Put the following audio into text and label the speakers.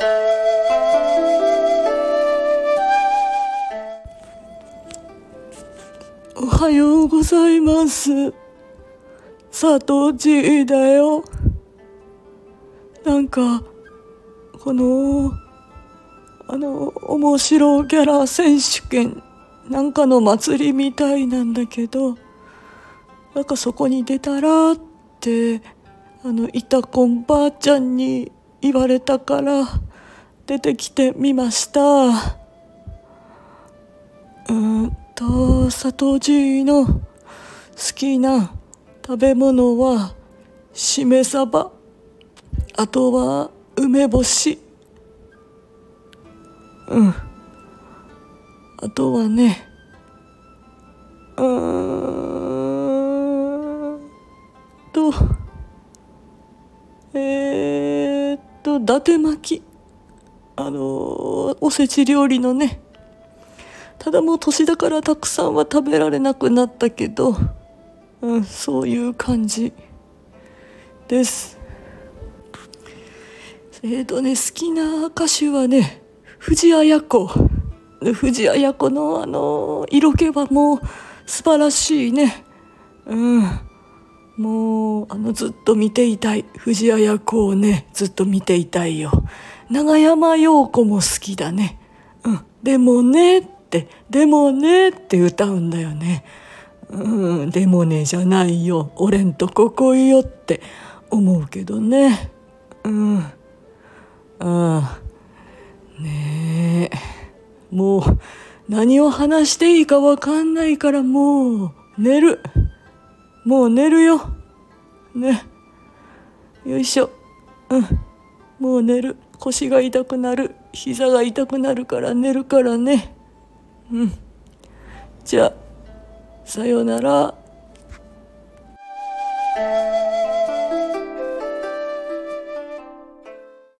Speaker 1: おはようございます。佐藤Gだよ。なんかこの面白キャラ選手権なんかの祭りみたいなんだけど、なんかそこに出たらっていたこんばあちゃんに言われたから出てきてみました。佐藤Gの好きな食べ物はしめ鯖、あとは梅干し、あとはね、伊達巻き、おせち料理のね。ただもう年だからたくさんは食べられなくなったけど、そういう感じです。好きな歌手はね、藤あや子。藤あや子の色気はもう素晴らしいね。もうずっと見ていたい。藤あや子をね、ずっと見ていたいよ。長山洋子も好きだね。でもねって歌うんだよね。でもねじゃないよ、俺んとこ来いよって思うけどね。ねえ、もう何を話していいか分かんないからもう寝るよね。よいしょ。もう寝る。腰が痛くなる、膝が痛くなるから寝るからね。じゃあさよなら。